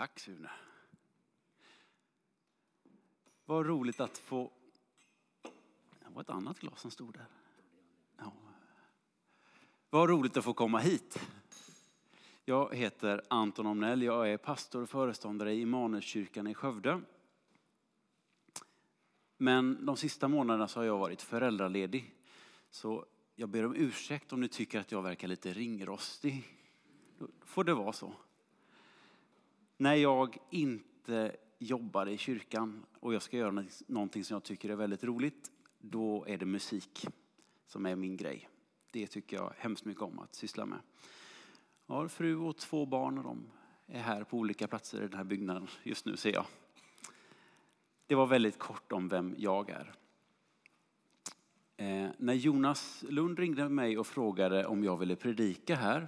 Tack Sune. Vad roligt att få... Det var ett annat glas som stod där. Ja. Vad roligt att få komma hit. Jag heter Anton Omnell. Jag är pastor och föreståndare i Immanuelskyrkan i Skövde. Men de sista månaderna så har jag varit föräldraledig. Så jag ber om ursäkt om ni tycker att jag verkar lite ringrostig. Då får det vara så. När jag inte jobbar i kyrkan och jag ska göra någonting som jag tycker är väldigt roligt, då är det musik som är min grej. Det tycker jag hemskt mycket om att syssla med. Jag har fru och 2 barn och de är här på olika platser i den här byggnaden just nu, ser jag. Det var väldigt kort om vem jag är. När Jonas Lund ringde mig och frågade om jag ville predika här,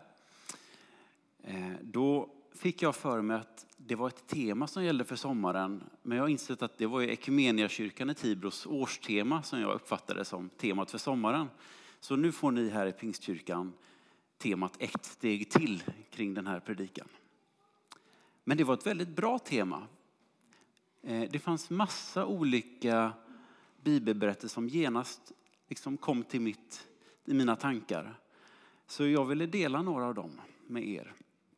då fick jag för mig att det var ett tema som gällde för sommaren. Men jag har insett att det var ju Ekumeniakyrkan i Tibros årstema som jag uppfattade som temat för sommaren. Så nu får ni här i Pingstkyrkan temat ett steg till kring den här predikan. Men det var ett väldigt bra tema. Det fanns massa olika bibelberättelser som genast liksom kom till i mina tankar. Så jag ville dela några av dem med er.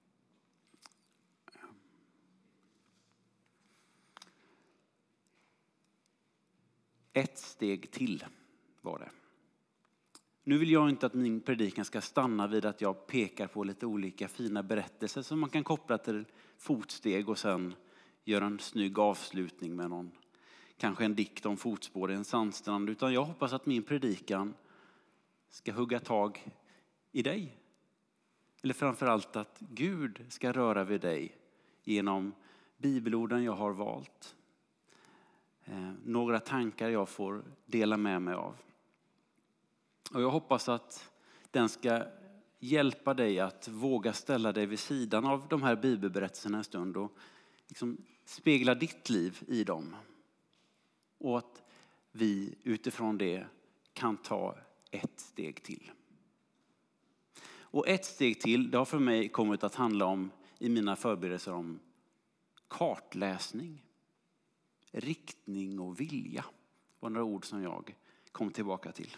Ett steg till var det. Nu vill jag inte att min predikan ska stanna vid att jag pekar på lite olika fina berättelser som man kan koppla till fotsteg och sen göra en snygg avslutning med någon, kanske en dikt om fotspår i en sandstrand. Utan jag hoppas att min predikan ska hugga tag i dig. Eller framförallt att Gud ska röra vid dig genom bibelorden jag har valt. Några tankar jag får dela med mig av. Och jag hoppas att den ska hjälpa dig att våga ställa dig vid sidan av de här bibelberättelserna en stund och liksom spegla ditt liv i dem. Och att vi utifrån det kan ta ett steg till. Och ett steg till, det har för mig kommit att handla om i mina förberedelser om kartläsning. Riktning och vilja var några ord som jag kom tillbaka till.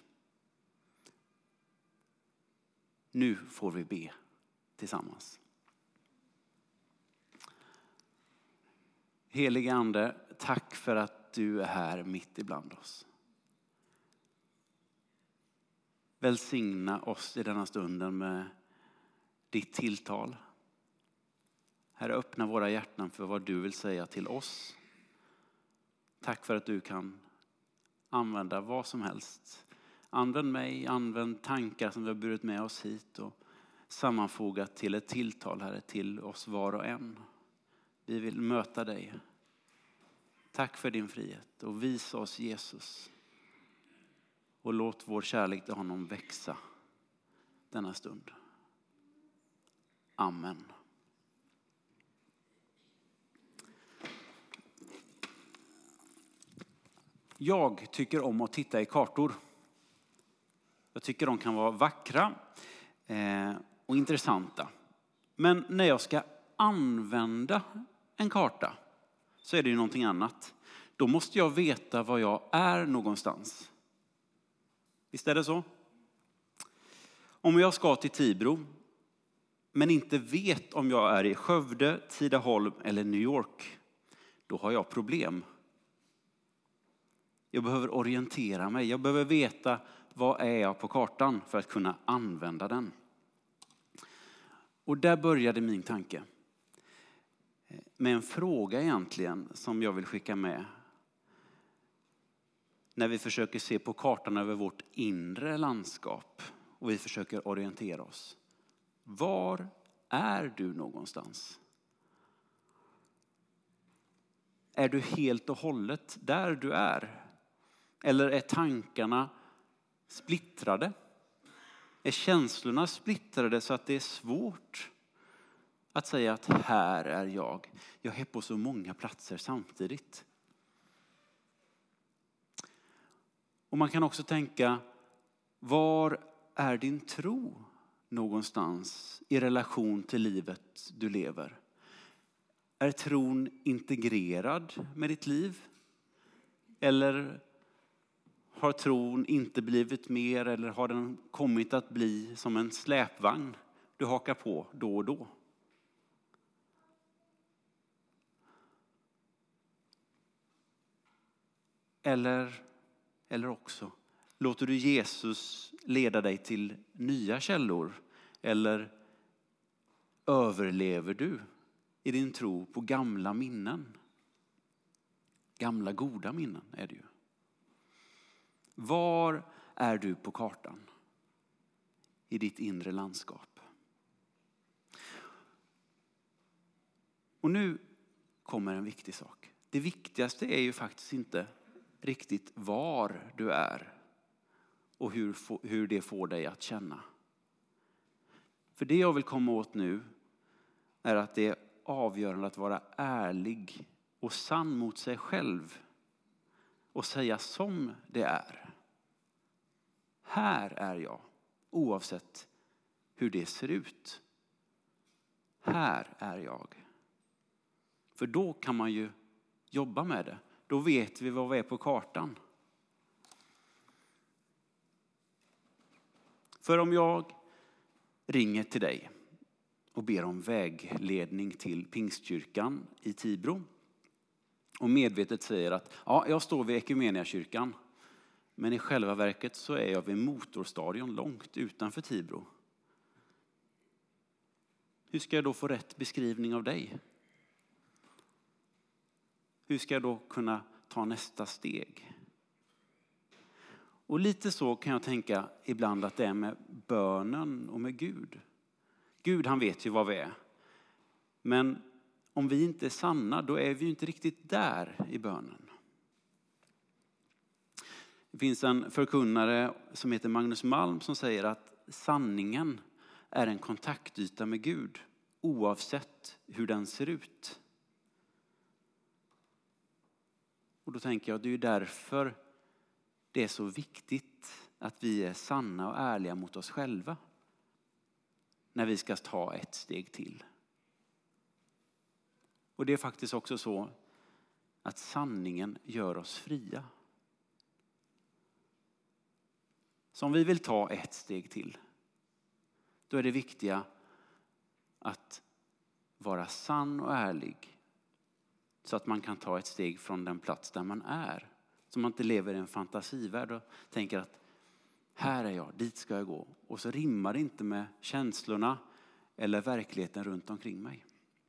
Nu får vi be tillsammans. Helige Ande, tack för att du är här mitt ibland oss. Välsigna oss i denna stunden med ditt tilltal. Herre, öppna våra hjärtan för vad du vill säga till oss. Tack för att du kan använda vad som helst. Använd mig, använd tankar som vi har burit med oss hit och sammanfogat till ett tilltal, Herre, till oss var och en. Vi vill möta dig. Tack för din frihet och visa oss Jesus. Och låt vår kärlek till honom växa denna stund. Amen. Jag tycker om att titta i kartor. Jag tycker de kan vara vackra och intressanta. Men när jag ska använda en karta så är det ju någonting annat. Då måste jag veta var jag är någonstans. Visst är det så? Om jag ska till Tibro men inte vet om jag är i Skövde, Tidaholm eller New York, då har jag problem. Jag behöver orientera mig. Jag behöver veta vad är jag på kartan för att kunna använda den. Och där började min tanke. Med en fråga egentligen som jag vill skicka med. När vi försöker se på kartan över vårt inre landskap. Och vi försöker orientera oss. Var är du någonstans? Är du helt och hållet där du är? Eller är tankarna splittrade? Är känslorna splittrade så att det är svårt att säga att här är jag? Jag är på så många platser samtidigt. Och man kan också tänka, var är din tro någonstans i relation till livet du lever? Är tron integrerad med ditt liv? Eller har tron inte blivit mer, eller har den kommit att bli som en släpvagn du hakar på då och då? Eller också låter du Jesus leda dig till nya källor, eller överlever du i din tro på gamla minnen? Gamla goda minnen är det ju. Var är du på kartan i ditt inre landskap? Och nu kommer en viktig sak. Det viktigaste är ju faktiskt inte riktigt var du är och hur det får dig att känna. För det jag vill komma åt nu är att det är avgörande att vara ärlig och sann mot sig själv och säga som det är. Här är jag, oavsett hur det ser ut. Här är jag. För då kan man ju jobba med det. Då vet vi vad vi är på kartan. För om jag ringer till dig och ber om vägledning till Pingstkyrkan i Tibro och medvetet säger att ja, jag står vid Ekumeniakyrkan, men i själva verket så är jag vid Motorstadion långt utanför Tibro. Hur ska jag då få rätt beskrivning av dig? Hur ska jag då kunna ta nästa steg? Och lite så kan jag tänka ibland att det är med bönen och med Gud. Gud, han vet ju vad vi är. Men om vi inte är sanna, då är vi ju inte riktigt där i bönen. Det finns en förkunnare som heter Magnus Malm som säger att sanningen är en kontaktyta med Gud, oavsett hur den ser ut. Och då tänker jag, det är ju därför det är så viktigt att vi är sanna och ärliga mot oss själva när vi ska ta ett steg till. Och det är faktiskt också så att sanningen gör oss fria. Så om vi vill ta ett steg till, då är det viktiga att vara sann och ärlig så att man kan ta ett steg från den plats där man är. Så man inte lever i en fantasivärld och tänker att här är jag, dit ska jag gå. Och så rimmar det inte med känslorna eller verkligheten runt omkring mig.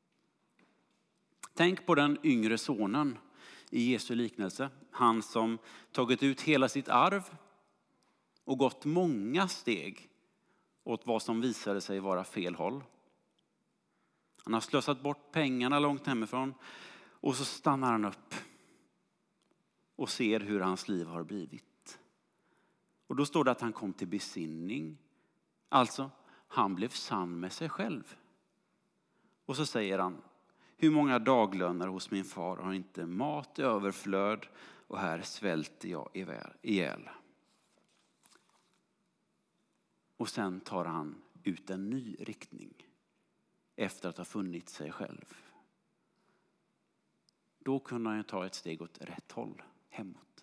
Tänk på den yngre sonen i Jesu liknelse. Han som tagit ut hela sitt arv och gått många steg åt vad som visade sig vara fel håll. Han har slösat bort pengarna långt hemifrån och så stannar han upp och ser hur hans liv har blivit. Och då står det att han kom till besinning. Alltså, han blev sann med sig själv. Och så säger han, hur många daglöner hos min far har inte mat i överflöd och här svälter jag ihjäl. Och sen tar han ut en ny riktning efter att ha funnit sig själv. Då kunde han ta ett steg åt rätt håll, hemåt.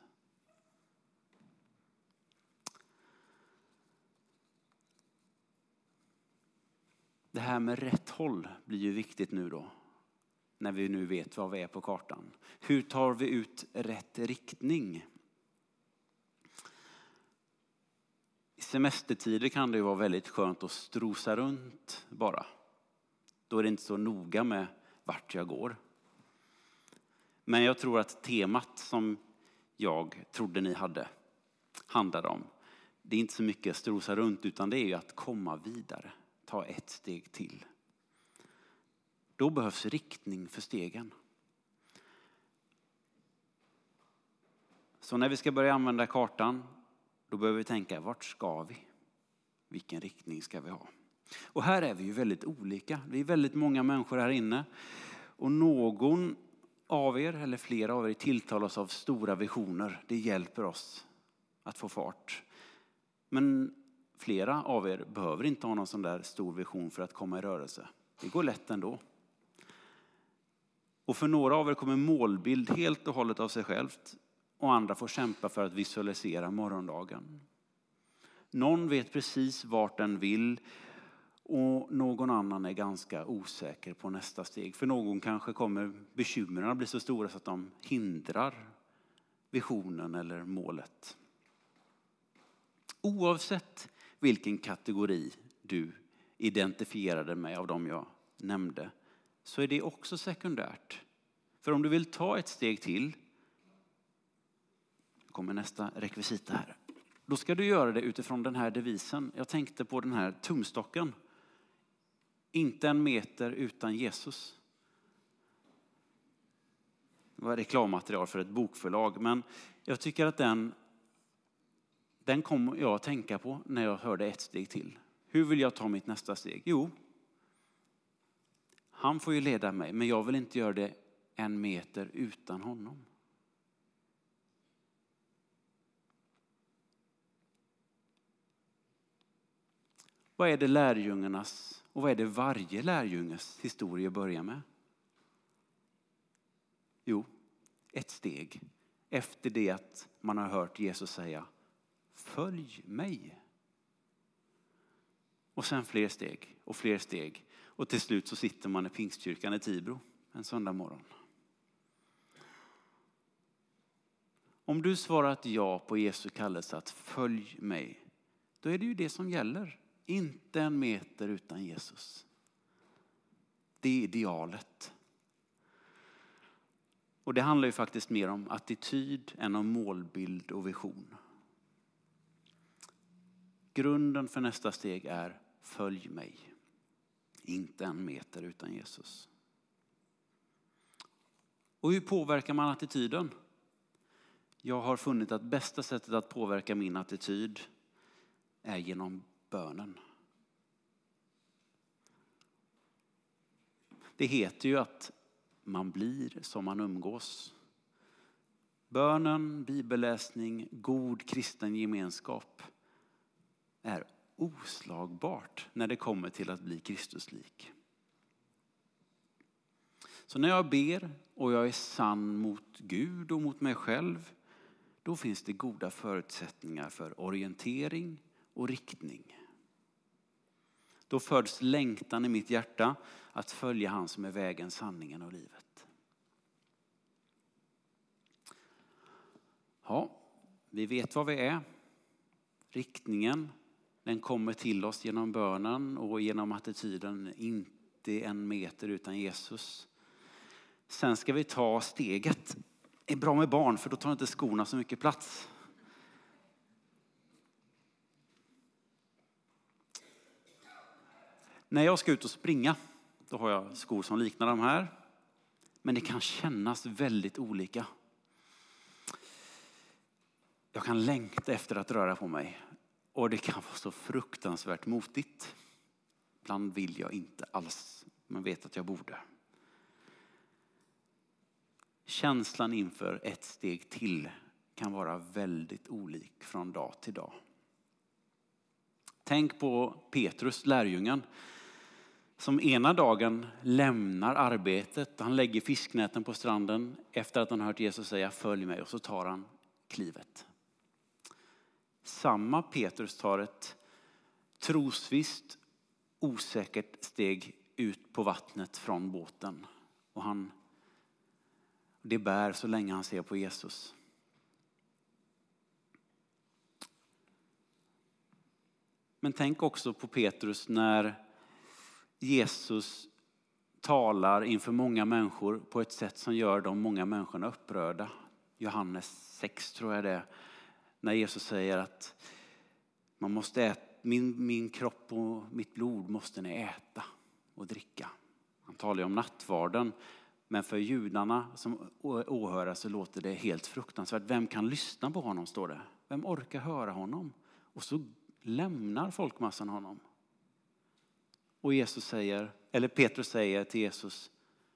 Det här med rätt håll blir ju viktigt nu då. När vi nu vet vad vi är på kartan. Hur tar vi ut rätt riktning? I semestertider kan det ju vara väldigt skönt att strosa runt bara. Då är det inte så noga med vart jag går. Men jag tror att temat som jag trodde ni handlade om. Det är inte så mycket strosa runt, utan det är ju att komma vidare. Ta ett steg till. Då behövs riktning för stegen. Så när vi ska börja använda kartan, då behöver vi tänka, vart ska vi? Vilken riktning ska vi ha? Och här är vi ju väldigt olika. Vi är väldigt många människor här inne. Och någon av er, eller flera av er, tilltalas av stora visioner. Det hjälper oss att få fart. Men flera av er behöver inte ha någon sån där stor vision för att komma i rörelse. Det går lätt ändå. Och för några av er kommer målbild helt och hållet av sig självt. Och andra får kämpa för att visualisera morgondagen. Någon vet precis vart den vill. Och någon annan är ganska osäker på nästa steg. För någon kanske kommer bekymren att bli så stora så att de hindrar visionen eller målet. Oavsett vilken kategori du identifierade med av dem jag nämnde, så är det också sekundärt. För om du vill ta ett steg till, kommer nästa rekvisita här. Då ska du göra det utifrån den här devisen. Jag tänkte på den här tumstocken. Inte en meter utan Jesus. Det var reklammaterial för ett bokförlag. Men jag tycker att den kom jag att tänka på när jag hörde ett steg till. Hur vill jag ta mitt nästa steg? Jo, han får ju leda mig. Men jag vill inte göra det en meter utan honom. Vad är det lärjungarnas och vad är det varje lärjunges historia börjar med? Jo, ett steg efter det att man har hört Jesus säga följ mig. Och sen fler steg och fler steg. Och till slut så sitter man i Pingstkyrkan i Tibro en söndag morgon. Om du svarat ja på Jesu kallelse att följ mig, då är det ju det som gäller. Inte en meter utan Jesus. Det är idealet. Och det handlar ju faktiskt mer om attityd än om målbild och vision. Grunden för nästa steg är följ mig. Inte en meter utan Jesus. Och hur påverkar man attityden? Jag har funnit att bästa sättet att påverka min attityd är genom bönen. Det heter ju att man blir som man umgås. Bönen, bibelläsning, god kristen gemenskap är oslagbart när det kommer till att bli Kristuslik. Så när jag ber och jag är sann mot Gud och mot mig själv, då finns det goda förutsättningar för orientering och riktning. Då föds längtan i mitt hjärta att följa han som är vägen, sanningen och livet. Ja, vi vet vad vi är. Riktningen, den kommer till oss genom bönen och genom attityden inte en meter utan Jesus. Sen ska vi ta steget. Det är bra med barn för då tar inte skorna så mycket plats. När jag ska ut och springa, då har jag skor som liknar de här. Men det kan kännas väldigt olika. Jag kan längta efter att röra på mig. Och det kan vara så fruktansvärt motigt. Ibland vill jag inte alls, men vet att jag borde. Känslan inför ett steg till kan vara väldigt olik från dag till dag. Tänk på Petrus, lärjungen, som ena dagen lämnar arbetet. Han lägger fisknäten på stranden efter att han hört Jesus säga följ mig, och så tar han klivet. Samma Petrus tar ett trosvisst, osäkert steg ut på vattnet från båten. Och det bär så länge han ser på Jesus. Men tänk också på Petrus när Jesus talar inför många människor på ett sätt som gör de många människorna upprörda. Johannes 6 tror jag det är. När Jesus säger att man måste äta, min kropp och mitt blod måste ni äta och dricka. Han talar ju om nattvarden. Men för judarna som åhörare så låter det helt fruktansvärt. Vem kan lyssna på honom, står det. Vem orkar höra honom? Och så lämnar folkmassan honom. Och Petrus säger till Jesus,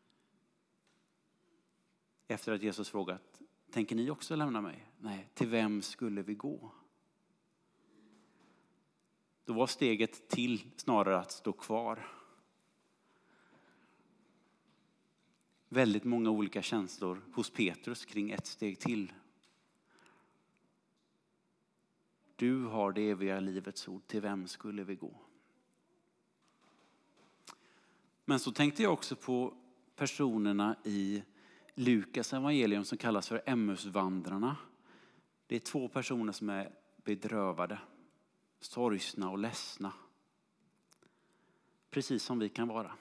efter att Jesus frågat, tänker ni också lämna mig? Nej, till vem skulle vi gå? Då var steget till snarare att stå kvar. väldigt många olika känslor hos Petrus kring ett steg till. Du har det eviga livets ord, till vem skulle vi gå? Men så tänkte jag också på personerna i Lukas evangelium som kallas för Emmausvandrarna. Det är 2 personer som är bedrövade, sorgsna och ledsna. Precis som vi kan vara.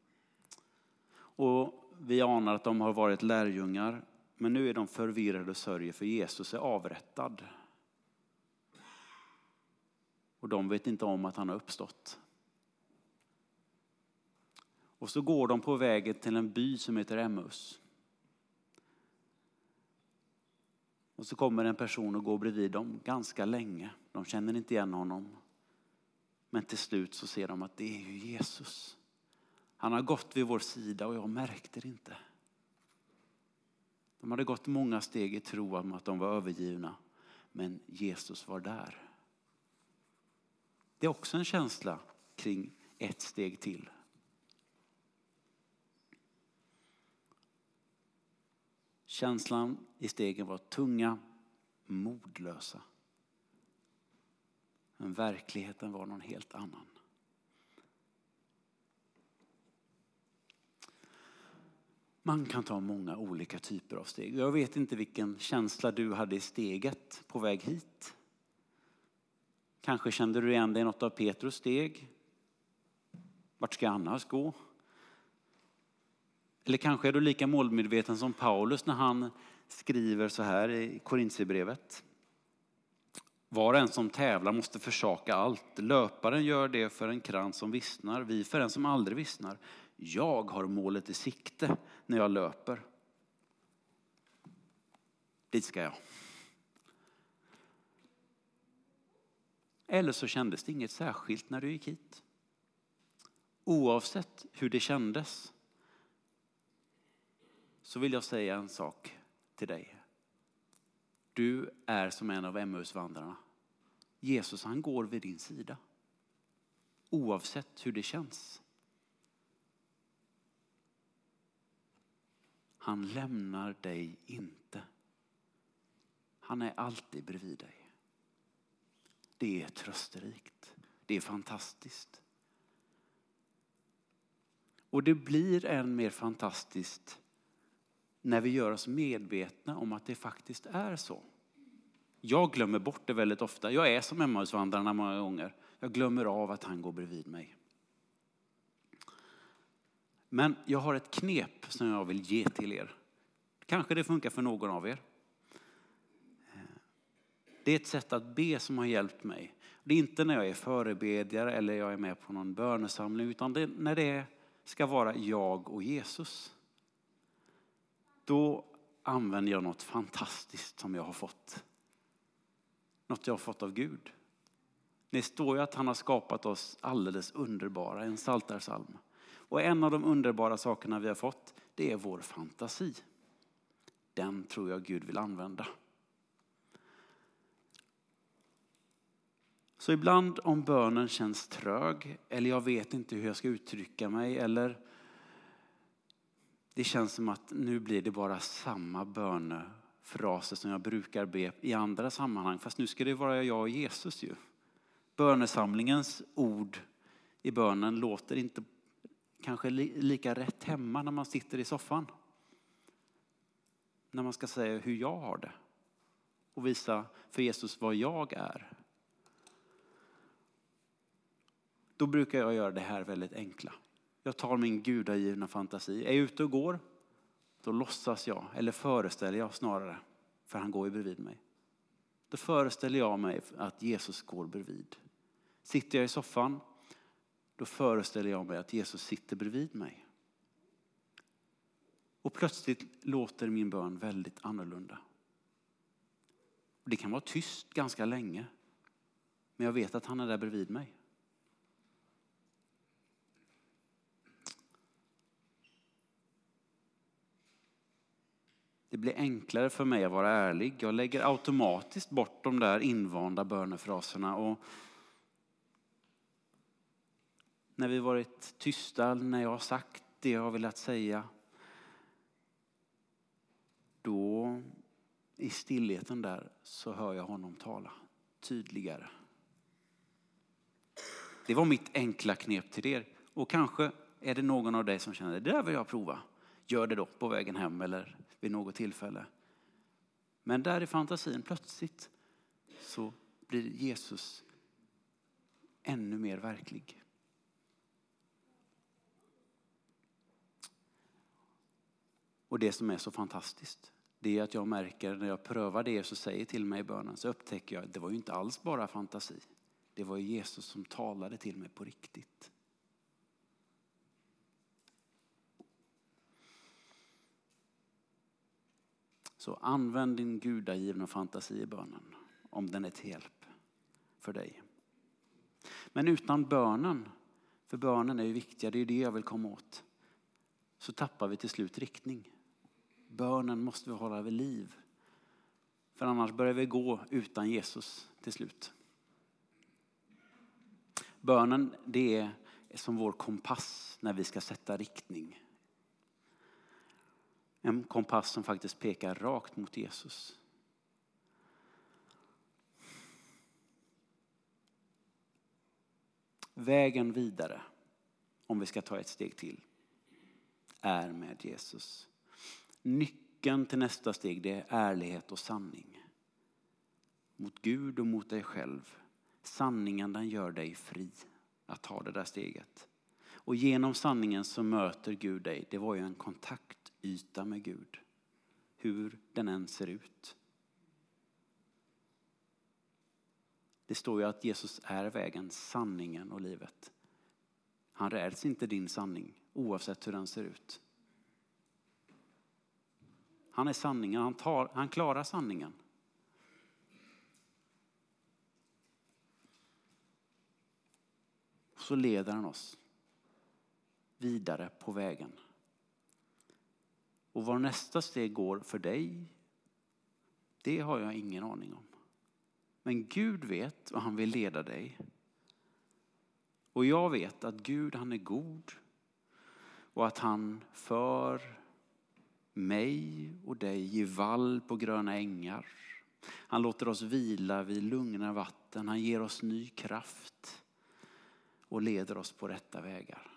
Och vi anar att de har varit lärjungar, men nu är de förvirrade och sörjer för Jesus är avrättad. Och de vet inte om att han har uppstått. Och så går de på vägen till en by som heter Emmaus. Och så kommer en person och går bredvid dem ganska länge. De känner inte igen honom. Men till slut så ser de att det är ju Jesus. Han har gått vid vår sida och jag märkte det inte. De hade gått många steg i tro om att de var övergivna. Men Jesus var där. Det är också en känsla kring ett steg till. Känslan i stegen var tunga, modlösa. Men verkligheten var någon helt annan. Man kan ta många olika typer av steg. Jag vet inte vilken känsla du hade i steget på väg hit. Kanske kände du igen dig i något av Petrus steg. Vart ska jag annars gå? Eller kanske är du lika målmedveten som Paulus när han skriver så här i Korintierbrevet. Var och en som tävlar måste försaka allt. Löparen gör det för en krans som vissnar. Vi för en som aldrig vissnar. Jag har målet i sikte när jag löper. Dit ska jag. Eller så kändes det inget särskilt när du gick hit. Oavsett hur det kändes så vill jag säga en sak till dig. Du är som en av Emmausvandrarna. Jesus, han går vid din sida. Oavsett hur det känns. Han lämnar dig inte. Han är alltid bredvid dig. Det är trösterikt. Det är fantastiskt. Och det blir än mer fantastiskt när vi gör oss medvetna om att det faktiskt är så. Jag glömmer bort det väldigt ofta. Jag är som Emmausvandrarna många gånger. Jag glömmer av att han går bredvid mig. Men jag har ett knep som jag vill ge till er. Kanske det funkar för någon av er. Det är ett sätt att be som har hjälpt mig. Det är inte när jag är förebedjare eller jag är med på någon bönesamling, utan det när det ska vara jag och Jesus. Då använder jag något fantastiskt som jag har fått. Något jag har fått av Gud. Det står ju att han har skapat oss alldeles underbara, en psaltarpsalm. Och en av de underbara sakerna vi har fått, det är vår fantasi. Den tror jag Gud vill använda. Så ibland om bönen känns trög, eller jag vet inte hur jag ska uttrycka mig, eller det känns som att nu blir det bara samma bönefraser som jag brukar be i andra sammanhang. Fast nu ska det vara jag och Jesus ju. Bönesamlingens ord i bönen låter inte kanske lika rätt hemma när man sitter i soffan. När man ska säga hur jag har det. Och visa för Jesus vad jag är. Då brukar jag göra det här väldigt enkla. Jag tar min gudagivna fantasi. Är jag ute och går, då låtsas jag, eller föreställer jag snarare, för han går ju bredvid mig. Då föreställer jag mig att Jesus går bredvid. Sitter jag i soffan, då föreställer jag mig att Jesus sitter bredvid mig. Och plötsligt låter min bön väldigt annorlunda. Och det kan vara tyst ganska länge, men jag vet att han är där bredvid mig. Det blir enklare för mig att vara ärlig. Jag lägger automatiskt bort de där invanda bönefraserna. Och när vi varit tysta, när jag har sagt det jag har velat säga, i stillheten där så hör jag honom tala tydligare. Det var mitt enkla knep till er. Och kanske är det någon av dig som känner det där vill jag prova. Gör det då på vägen hem eller vid något tillfälle. Men där i fantasin plötsligt så blir Jesus ännu mer verklig. Och det som är så fantastiskt, det är att jag märker när jag prövar det Jesus säger till mig i bönen, så upptäcker jag att det var ju inte alls bara fantasi. Det var ju Jesus som talade till mig på riktigt. Så använd din gudagivna fantasi i bönen om den är till hjälp för dig. Men utan bönen, för bönen är ju viktiga, det är det jag vill komma åt, så tappar vi till slut riktning. Bönen måste vi hålla vid liv. För annars börjar vi gå utan Jesus till slut. Bönen, det är som vår kompass när vi ska sätta riktning. En kompass som faktiskt pekar rakt mot Jesus. Vägen vidare, om vi ska ta ett steg till, är med Jesus. Nyckeln till nästa steg, det är ärlighet och sanning. Mot Gud och mot dig själv. Sanningen, den gör dig fri att ta det där steget. Och genom sanningen så möter Gud dig. Det var ju en kontaktyta med Gud. Hur den än ser ut. Det står ju att Jesus är vägen, sanningen och livet. Han räds inte din sanning oavsett hur den ser ut. Han är sanningen, han klarar sanningen. Så leder han oss vidare på vägen. Och var nästa steg går för dig, det har jag ingen aning om. Men Gud vet och han vill leda dig. Och jag vet att Gud, han är god. Och att han för mig och dig i vall på gröna ängar. Han låter oss vila vid lugna vatten. Han ger oss ny kraft. Och leder oss på rätta vägar.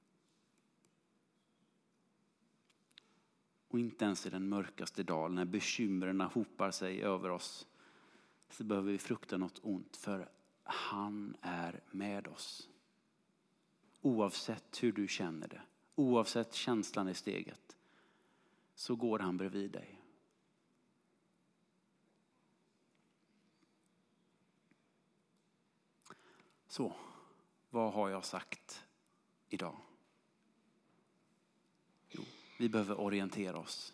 Och inte ens i den mörkaste dal, när bekymren hopar sig över oss, så behöver vi frukta något ont, för han är med oss. Oavsett hur du känner det, oavsett känslan i steget, så går han bredvid dig. Så, vad har jag sagt idag? Jo, vi behöver orientera oss.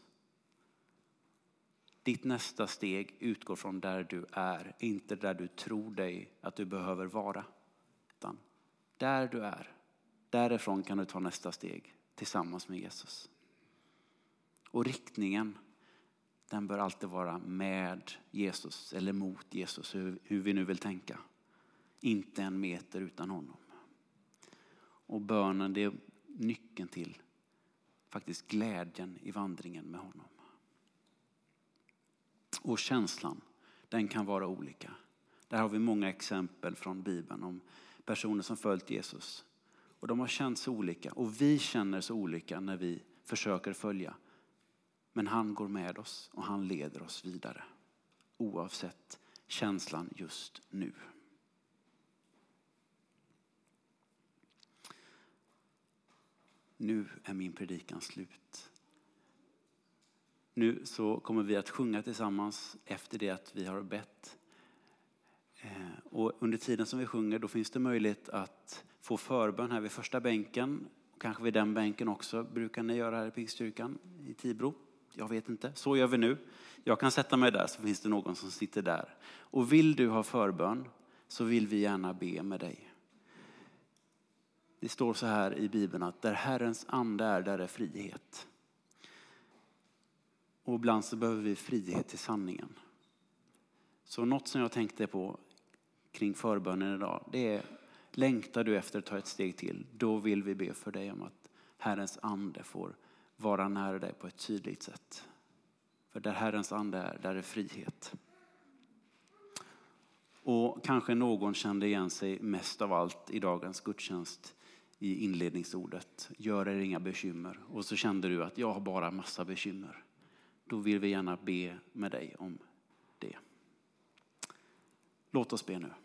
Ditt nästa steg utgår från där du är, inte där du tror dig att du behöver vara. Utan där du är, därifrån kan du ta nästa steg tillsammans med Jesus. Och riktningen, den bör alltid vara med Jesus eller mot Jesus, hur vi nu vill tänka. Inte en meter utan honom. Och bönen, det är nyckeln till faktiskt glädjen i vandringen med honom. Och känslan, den kan vara olika. Där har vi många exempel från Bibeln om personer som följt Jesus. Och de har känt så olika. Och vi känner så olika när vi försöker följa. Men han går med oss och han leder oss vidare. Oavsett känslan just nu. Nu är min predikan slut. Nu så kommer vi att sjunga tillsammans efter det att vi har bett. Och under tiden som vi sjunger, då finns det möjlighet att få förbön här vid första bänken. Och kanske vid den bänken också, brukar ni göra här i Pingstkyrkan i Tibro. Jag vet inte, så gör vi nu. Jag kan sätta mig där, så finns det någon som sitter där. Och vill du ha förbön, så vill vi gärna be med dig. Det står så här i Bibeln att där Herrens ande är, där är frihet. Och ibland så behöver vi frihet till sanningen. Så något som jag tänkte på kring förbönen idag, det är: längtar du efter att ta ett steg till, då vill vi be för dig om att Herrens ande får vara nära dig på ett tydligt sätt. För där Herrens ande är, där är frihet. Och kanske någon kände igen sig mest av allt i dagens gudstjänst i inledningsordet. Gör er inga bekymmer. Och så kände du att jag har bara massa bekymmer. Då vill vi gärna be med dig om det. Låt oss be nu.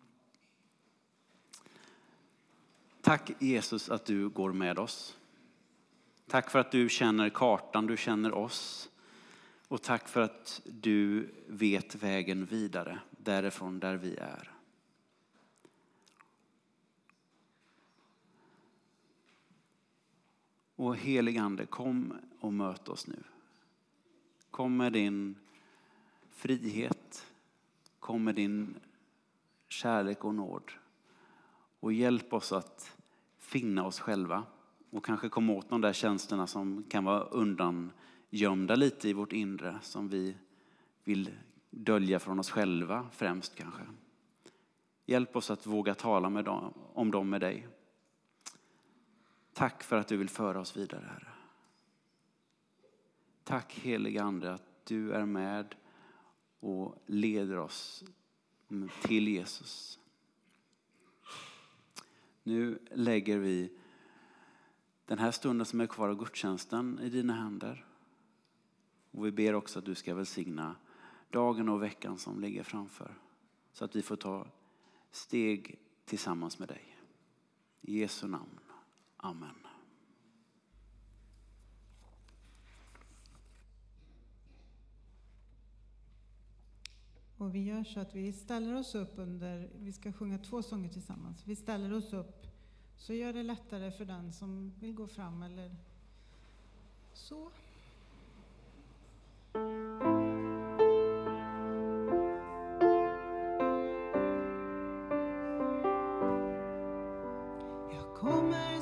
Tack Jesus att du går med oss. Tack för att du känner kartan, du känner oss. Och tack för att du vet vägen vidare, därifrån där vi är. Och helig ande, kom och möt oss nu. Kom med din frihet, kom med din kärlek och nåd. Och hjälp oss att finna oss själva. Och kanske komma åt de där tjänsterna som kan vara undangömda lite i vårt inre. Som vi vill dölja från oss själva främst kanske. Hjälp oss att våga tala om dem med dig. Tack för att du vill föra oss vidare, Herre. Tack heliga ande att du är med och leder oss till Jesus. Nu lägger vi den här stunden som är kvar av gudstjänsten i dina händer. Och vi ber också att du ska välsigna dagen och veckan som ligger framför. Så att vi får ta steg tillsammans med dig. I Jesu namn. Amen. Och vi gör så att vi ställer oss upp vi ska sjunga 2 sånger tillsammans. Vi ställer oss upp, så gör det lättare för den som vill gå fram eller så. Jag kommer